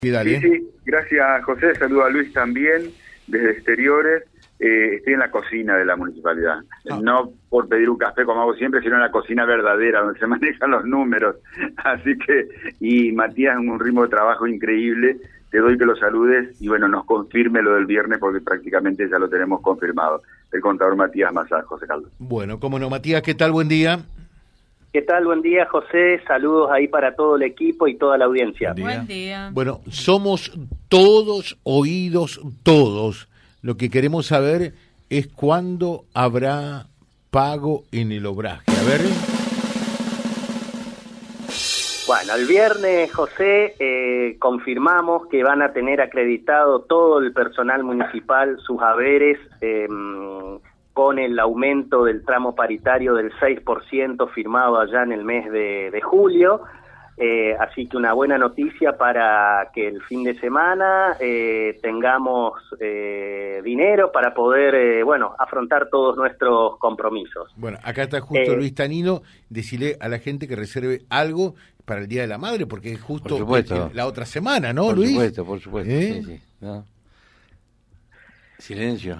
Sí, gracias José, saludo a Luis también, desde Exteriores. Estoy en la cocina de la municipalidad, no por pedir un café como hago siempre, sino en la cocina verdadera, donde se manejan los números. Así que, y Matías, un ritmo de trabajo increíble, te doy que lo saludes y bueno, nos confirme lo del viernes porque prácticamente ya lo tenemos confirmado. El contador Matías Mazá, José Carlos. Bueno, cómo no, Matías, ¿qué tal? Buen día. ¿Qué tal? Buen día, José. Saludos ahí para todo el equipo y toda la audiencia. Buen día. Bueno, somos todos oídos, todos. Lo que queremos saber es cuándo habrá pago en el obraje. A ver. Bueno, el viernes, José, confirmamos que van a tener acreditado todo el personal municipal sus haberes con el aumento del tramo paritario del 6% firmado allá en el mes de julio. Así que una buena noticia para que el fin de semana tengamos dinero para poder, afrontar todos nuestros compromisos. Bueno, acá está justo Luis Tanino. Decirle a la gente que reserve algo para el Día de la Madre, porque es justo la otra semana, ¿no, Luis? Por supuesto, sí. ¿No? Silencio.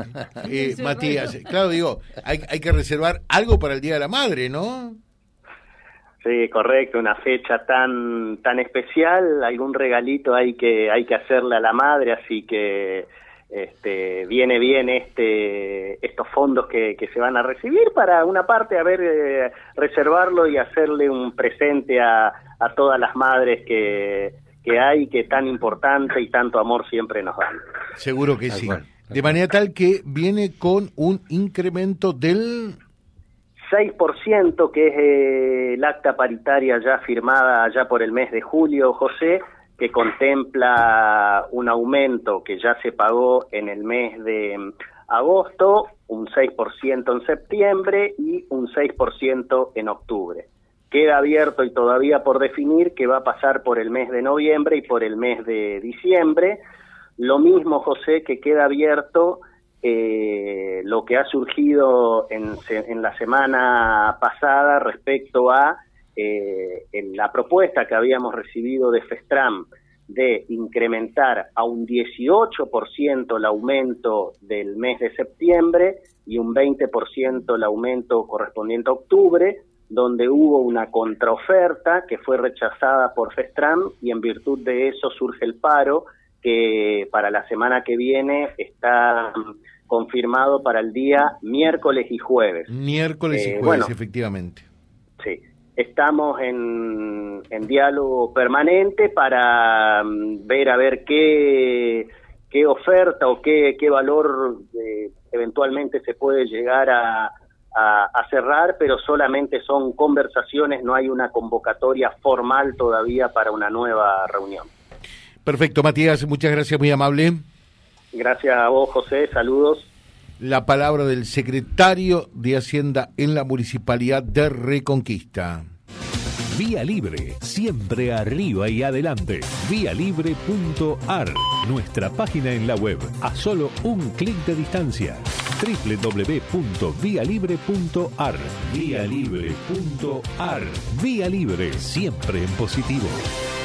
Matías, claro, digo, hay que reservar algo para el Día de la Madre, ¿no? Sí, correcto, una fecha tan especial, algún regalito hay que hacerle a la madre, así que viene bien estos fondos que se van a recibir para una parte reservarlo y hacerle un presente a todas las madres que hay, que tan importante y tanto amor siempre nos dan. Seguro que sí. De manera tal que viene con un incremento del 6%, que es el acta paritaria ya firmada ya por el mes de julio, José, que contempla un aumento que ya se pagó en el mes de agosto, un 6% en septiembre y un 6% en octubre. Queda abierto y todavía por definir que va a pasar por el mes de noviembre y por el mes de diciembre. Lo mismo, José, que queda abierto lo que ha surgido en la semana pasada respecto a en la propuesta que habíamos recibido de FESTRAM de incrementar a un 18% el aumento del mes de septiembre y un 20% el aumento correspondiente a octubre, donde hubo una contraoferta que fue rechazada por FESTRAM y en virtud de eso surge el paro que para la semana que viene está confirmado para el día miércoles y jueves. Miércoles y jueves, efectivamente. Sí, estamos en diálogo permanente para ver qué oferta o qué valor eventualmente se puede llegar a cerrar, pero solamente son conversaciones, no hay una convocatoria formal todavía para una nueva reunión. Perfecto, Matías, muchas gracias, muy amable. Gracias a vos, José, saludos. La palabra del secretario de Hacienda en la Municipalidad de Reconquista. Vía Libre, siempre arriba y adelante. Vialibre.ar, nuestra página en la web, a solo un clic de distancia. www.vialibre.ar. Vialibre.ar. Vía Libre, siempre en positivo.